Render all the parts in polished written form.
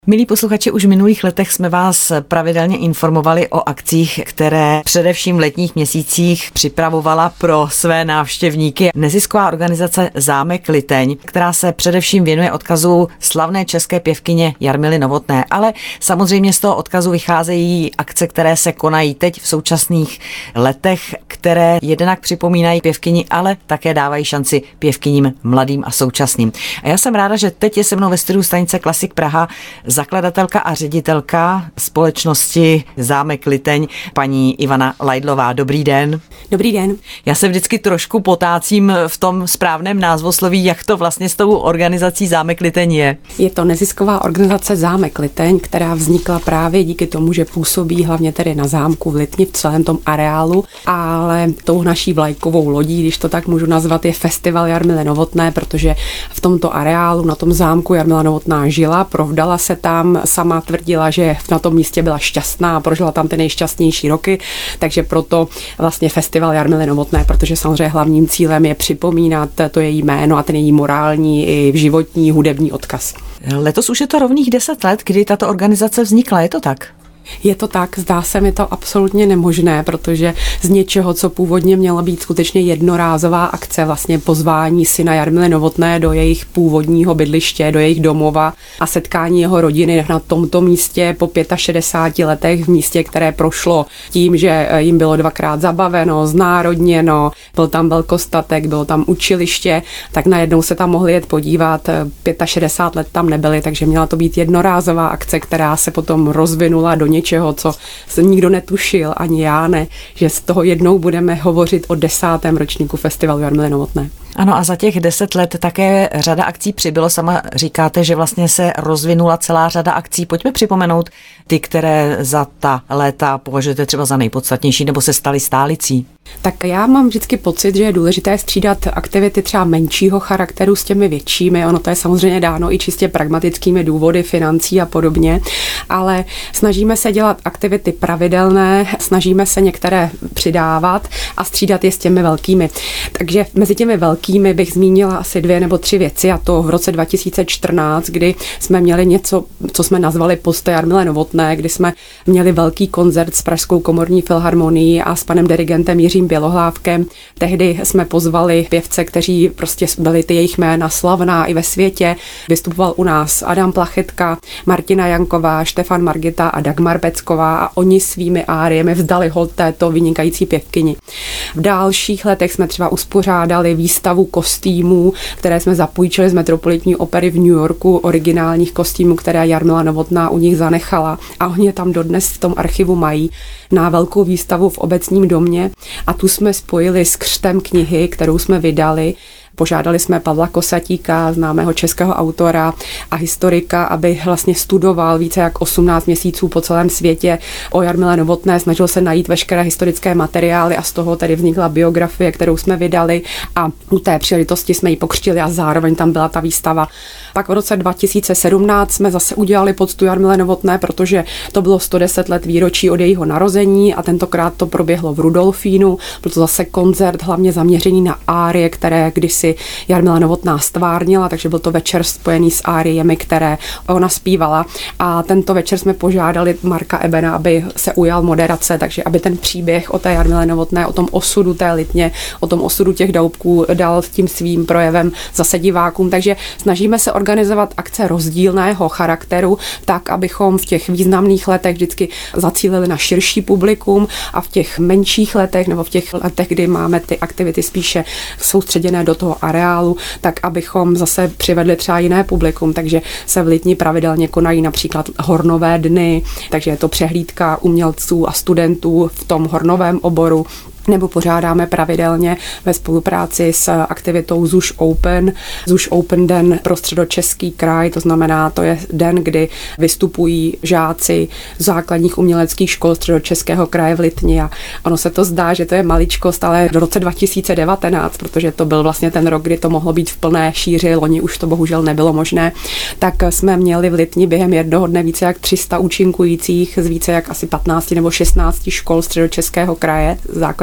Milí posluchači, už v minulých letech jsme vás pravidelně informovali o akcích, které především v letních měsících připravovala pro své návštěvníky nezisková organizace Zámek Liteň, která se především věnuje odkazu slavné české pěvkyně Jarmily Novotné. Ale samozřejmě z toho odkazu vycházejí akce, které se konají teď v současných letech, které jednak připomínají pěvkyni, ale také dávají šanci pěvkyním mladým a současným. A já jsem ráda, že teď je se mnou ve studiu stanice Klasik Praha zakladatelka a ředitelka společnosti Zámek Liteň, paní Ivana Lajdlová. Dobrý den. Dobrý den. Já se vždycky trošku potácím v tom správném názvosloví, jak to vlastně s tou organizací Zámek Liteň je. Je to nezisková organizace Zámek Liteň, která vznikla právě díky tomu, že působí hlavně tedy na zámku v Litni, v celém tom areálu, ale tou naší vlajkovou lodí, když to tak můžu nazvat, je festival Jarmily Novotné, protože v tomto areálu, na tom zámku Jarmila Novotná žila, provdala se tam, sama tvrdila, že na tom místě byla šťastná a prožila tam ty nejšťastnější roky, takže proto vlastně festival Jarmily Novotné, protože samozřejmě hlavním cílem je připomínat to její jméno a ten její morální i životní hudební odkaz. Letos už je to rovných 10 let, kdy tato organizace vznikla, je to tak? Je to tak, zdá se mi to absolutně nemožné, protože z něčeho, co původně měla být skutečně jednorázová akce, vlastně pozvání syna Jarmily Novotné do jejich původního bydliště, do jejich domova a setkání jeho rodiny na tomto místě po 65 letech v místě, které prošlo tím, že jim bylo dvakrát zabaveno, znárodněno, byl tam velkostatek, bylo tam učiliště, tak najednou se tam mohli jet podívat, 65 let tam nebyli, takže měla to být jednorázová akce, která se potom rozvinula do něčeho, co se nikdo netušil, ani já ne, že z toho jednou budeme hovořit o 10. ročníku festivalu Jarmily Novotné. Ano, a za těch 10 let také řada akcí přibylo. Sama říkáte, že vlastně se rozvinula celá řada akcí. Pojďme připomenout ty, které za ta léta považujete třeba za nejpodstatnější nebo se staly stálicí. Tak já mám vždycky pocit, že je důležité střídat aktivity třeba menšího charakteru s těmi většími. Ono to je samozřejmě dáno i čistě pragmatickými důvody, financí a podobně, ale snažíme se dělat aktivity pravidelné, snažíme se některé přidávat a střídat je s těmi velkými. Takže mezi těmi velkými bych zmínila asi 2 nebo 3 věci, a to v roce 2014, kdy jsme měli něco, co jsme nazvali Poste Jarmile Novotné, kdy jsme měli velký koncert s Pražskou komorní filharmonií a s panem dirigentem Jiřím Bělohlávkem. Tehdy jsme pozvali pěvce, kteří prostě byli ty jejich jména slavná i ve světě. Vystupoval u nás Adam Plachetka, Martina Janková, Štefan Margita a Dagmar Pecková a oni svými áriemi vzdali hold této vynikající pěvkyni. V dalších letech jsme třeba uspořádali výstavu kostýmů, které jsme zapůjčili z Metropolitní opery v New Yorku, originálních kostýmů, které Jarmila Novotná u nich zanechala, a oni je tam dodnes v tom archivu mají, na velkou výstavu v Obecním domě, a tu jsme spojili s křtem knihy, kterou jsme vydali. Požádali jsme Pavla Kosatíka, známého českého autora a historika, aby vlastně studoval více jak 18 měsíců po celém světě o Jarmile Novotné, snažil se najít veškeré historické materiály a z toho tedy vznikla biografie, kterou jsme vydali, a u té příležitosti jsme ji pokřtili a zároveň tam byla ta výstava. Pak v roce 2017 jsme zase udělali poctu Jarmile Novotné, protože to bylo 110 let výročí od jejího narození a tentokrát to proběhlo v Rudolfínu. Byl to zase koncert hlavně zaměřený na árie, které kdysi Jarmila Novotná stvárnila, takže byl to večer spojený s áriemi, které ona zpívala, a tento večer jsme požádali Marka Ebena, aby se ujal moderace, takže aby ten příběh o té Jarmile Novotné, o tom osudu té Litně, o tom osudu těch doubků dal tím svým projevem zase divákům, takže snažíme se organizovat akce rozdílného charakteru, tak, abychom v těch významných letech vždycky zacílili na širší publikum a v těch menších letech nebo v těch letech, kdy máme ty aktivity spíše soustředěné do toho areálu, tak abychom zase přivedli třeba jiné publikum, takže se v Litni pravidelně konají například hornové dny, takže je to přehlídka umělců a studentů v tom hornovém oboru, nebo pořádáme pravidelně ve spolupráci s aktivitou ZUŠ Open den pro Středočeský kraj, to znamená, to je den, kdy vystupují žáci základních uměleckých škol Středočeského kraje v Litni, a ono se to zdá, že to je maličkost, ale v roce 2019, protože to byl vlastně ten rok, kdy to mohlo být v plné šíři, loni už to bohužel nebylo možné, tak jsme měli v Litni během jednoho dne více jak 300 účinkujících z více jak asi 15 nebo 16 škol Středočeského kraje, základních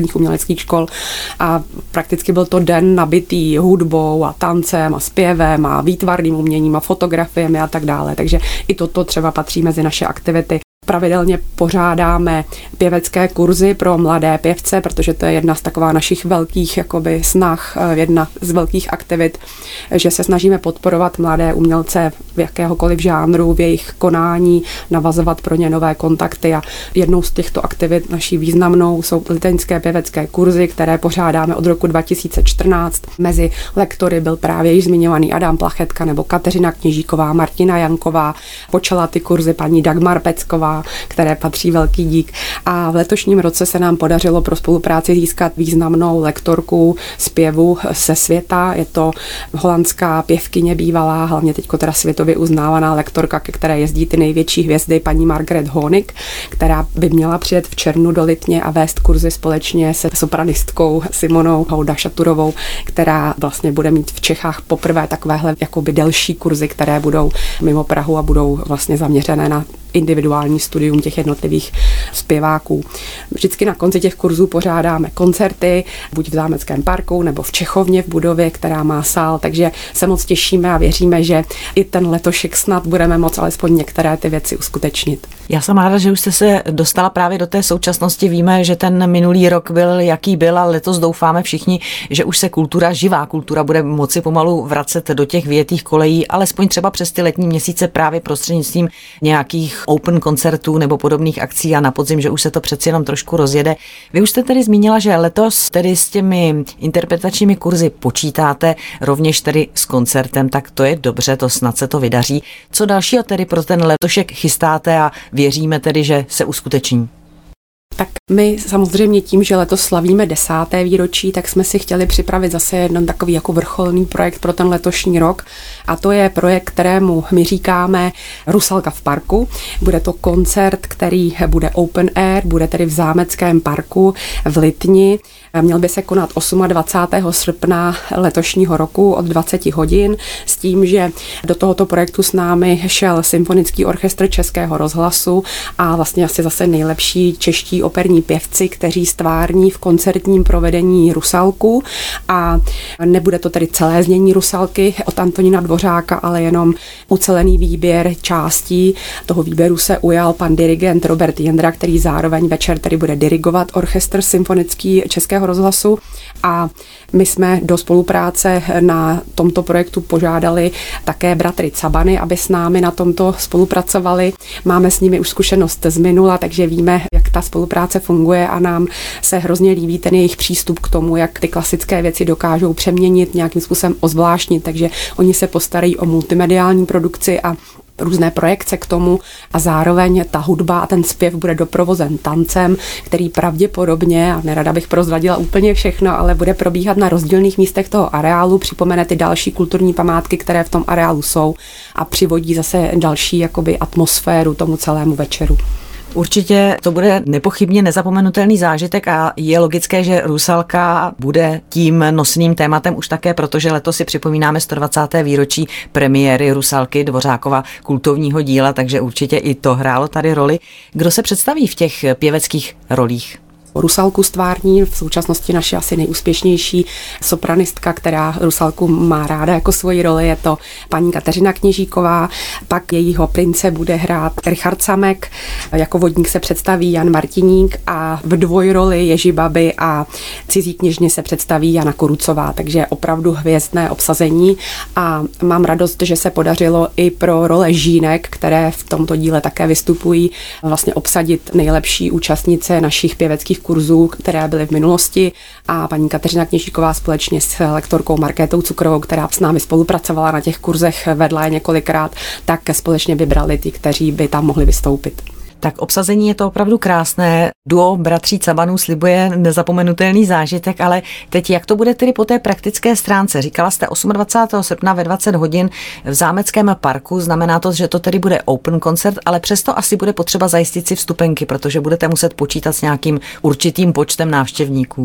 základních uměleckých škol a prakticky byl to den nabitý hudbou a tancem a zpěvem a výtvarným uměním a fotografiemi a tak dále. Takže i toto třeba patří mezi naše aktivity. Pravidelně pořádáme pěvecké kurzy pro mladé pěvce, protože to je jedna z taková našich velkých snah, jedna z velkých aktivit, že se snažíme podporovat mladé umělce v jakéhokoliv žánru, v jejich konání, navazovat pro ně nové kontakty a jednou z těchto aktivit naší významnou jsou liteňské pěvecké kurzy, které pořádáme od roku 2014. Mezi lektory byl právě již zmiňovaný Adam Plachetka nebo Kateřina Kněžíková, Martina Janková, počala ty kurzy paní Dagmar Pecková, které patří velký dík. A v letošním roce se nám podařilo pro spolupráci získat významnou lektorku zpěvu ze světa. Je to holandská pěvkyně bývalá, hlavně teďko teda světově uznávaná lektorka, ke které jezdí ty největší hvězdy, paní Margaret Honig, která by měla přijet v červnu do Litně a vést kurzy společně se sopranistkou Simonou Houda-Šaturovou, která vlastně bude mít v Čechách poprvé takovéhle jakoby delší kurzy, které budou mimo Prahu a budou vlastně zaměřené na individuální studium těch jednotlivých zpěváků. Vždycky na konci těch kurzů pořádáme koncerty, buď v Zámeckém parku nebo v Čechovně v budově, která má sál, takže se moc těšíme a věříme, že i ten letošek snad budeme moct alespoň některé ty věci uskutečnit. Já jsem ráda, že už jste se dostala právě do té současnosti. Víme, že ten minulý rok byl, jaký byl, a letos doufáme všichni, že už se kultura, živá kultura, bude moci pomalu vracet do těch vyjetých kolejí, alespoň třeba přes ty letní měsíce právě prostřednictvím nějakých open koncertů nebo podobných akcí a na podzim, že už se to přeci jenom trošku rozjede. Vy už jste tedy zmínila, že letos tedy s těmi interpretačními kurzy počítáte, rovněž tedy s koncertem, tak to je dobře, to snad se to vydaří. Co dalšího tedy pro ten letošek chystáte a věříme tedy, že se uskuteční? Tak my samozřejmě tím, že letos slavíme 10. výročí, tak jsme si chtěli připravit zase jeden takový jako vrcholný projekt pro ten letošní rok a to je projekt, kterému my říkáme Rusalka v parku. Bude to koncert, který bude open air, bude tedy v Zámeckém parku v Litni. Měl by se konat 28. srpna letošního roku od 20 hodin s tím, že do tohoto projektu s námi šel Symfonický orchestr Českého rozhlasu a vlastně asi zase nejlepší čeští operní pěvci, kteří stvární v koncertním provedení Rusalku a nebude to tedy celé znění Rusalky od Antonína Dvořáka, ale jenom ucelený výběr částí. Toho výběru se ujal pan dirigent Robert Jendra, který zároveň večer tedy bude dirigovat orchestr Symfonický Českého rozhlasu a my jsme do spolupráce na tomto projektu požádali také bratry Cabany, aby s námi na tomto spolupracovali. Máme s nimi už zkušenost z minula, takže víme, jak ta spolupráce funguje a nám se hrozně líbí ten jejich přístup k tomu, jak ty klasické věci dokážou přeměnit, nějakým způsobem ozvláštnit, takže oni se postarají o multimediální produkci a různé projekce k tomu a zároveň ta hudba a ten zpěv bude doprovozen tancem, který pravděpodobně, a nerada bych prozradila úplně všechno, ale bude probíhat na rozdílných místech toho areálu, připomene ty další kulturní památky, které v tom areálu jsou a přivodí zase další jakoby atmosféru tomu celému večeru. Určitě to bude nepochybně nezapomenutelný zážitek a je logické, že Rusalka bude tím nosným tématem už také, protože letos si připomínáme 120. výročí premiéry Rusalky Dvořákova kultovního díla, takže určitě i to hrálo tady roli. Kdo se představí v těch pěveckých rolích? Rusalku stvární, v současnosti naše asi nejúspěšnější sopranistka, která Rusalku má ráda jako svoji roli, je to paní Kateřina Kněžíková, pak jejího prince bude hrát Richard Samek, jako vodník se představí Jan Martiník a v dvojroli Ježibaby a cizí kněžně se představí Jana Korucová, takže opravdu hvězdné obsazení a mám radost, že se podařilo i pro role žínek, které v tomto díle také vystupují, vlastně obsadit nejlepší účastnice našich pěveckých kurzů, které byly v minulosti a paní Kateřina Kněžíková společně s lektorkou Markétou Cukrovou, která s námi spolupracovala na těch kurzech, vedla je několikrát, tak společně vybrali ty, kteří by tam mohli vystoupit. Tak obsazení je to opravdu krásné. Duo bratří Cabanů slibuje nezapomenutelný zážitek, ale teď jak to bude tedy po té praktické stránce? Říkala jste 28. srpna ve 20 hodin v Zámeckém parku, znamená to, že to tedy bude open koncert, ale přesto asi bude potřeba zajistit si vstupenky, protože budete muset počítat s nějakým určitým počtem návštěvníků.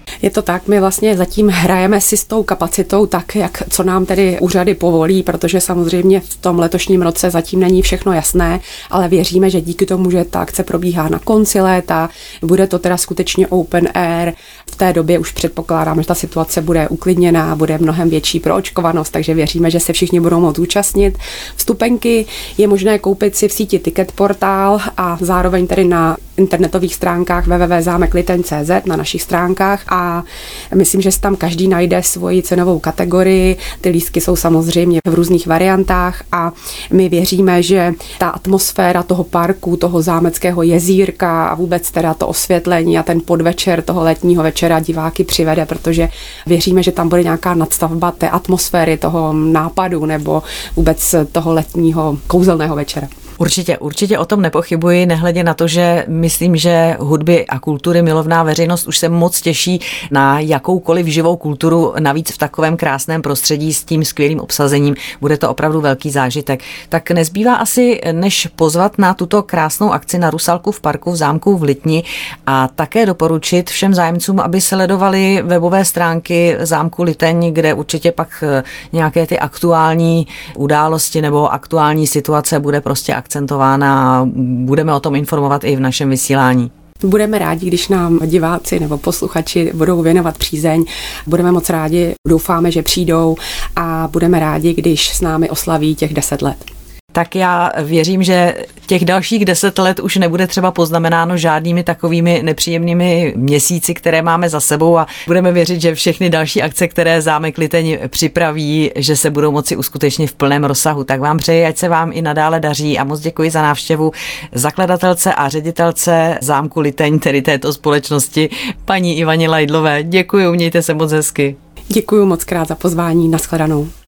Je to tak, my vlastně zatím hrajeme si s tou kapacitou tak, jak co nám tedy úřady povolí, protože samozřejmě v tom letošním roce zatím není všechno jasné, ale věříme, že díky tomu, že ta akce probíhá na konci léta, bude to teda skutečně open air. V té době už předpokládám, že ta situace bude uklidněná, bude mnohem větší proočkovanost, takže věříme, že se všichni budou moct účastnit. Vstupenky je možné koupit si v síti Ticketportál a zároveň tedy na internetových stránkách www.zamekliteň.cz na našich stránkách a myslím, že si tam každý najde svoji cenovou kategorii. Ty lístky jsou samozřejmě v různých variantách a my věříme, že ta atmosféra toho parku, toho zámeckého jezírka a vůbec teda to osvětlení a ten podvečer toho letního večera diváky přivede, protože věříme, že tam bude nějaká nadstavba té atmosféry, toho nápadu nebo vůbec toho letního kouzelného večera. Určitě o tom nepochybuji, nehledě na to, že myslím, že hudby a kultury milovná veřejnost už se moc těší na jakoukoliv živou kulturu, navíc v takovém krásném prostředí s tím skvělým obsazením. Bude to opravdu velký zážitek. Tak nezbývá asi, než pozvat na tuto krásnou akci na Rusalku v parku v zámku v Litni a také doporučit všem zájemcům, aby sledovali webové stránky zámku Liteň, kde určitě pak nějaké ty aktuální události nebo aktuální situace bude prostě akcentována a budeme o tom informovat i v našem vysílání. Budeme rádi, když nám diváci nebo posluchači budou věnovat přízeň. Budeme moc rádi, doufáme, že přijdou a budeme rádi, když s námi oslaví těch 10 let. Tak já věřím, že těch dalších 10 let už nebude třeba poznamenáno žádnými takovými nepříjemnými měsíci, které máme za sebou a budeme věřit, že všechny další akce, které zámek Liteň připraví, že se budou moci uskutečnit v plném rozsahu. Tak vám přeji, ať se vám i nadále daří a moc děkuji za návštěvu zakladatelce a ředitelce zámku Liteň, tedy této společnosti, paní Ivaně Lajdlové. Děkuji, mějte se moc hezky. Děkuji moc krát za pozvání, nashledanou.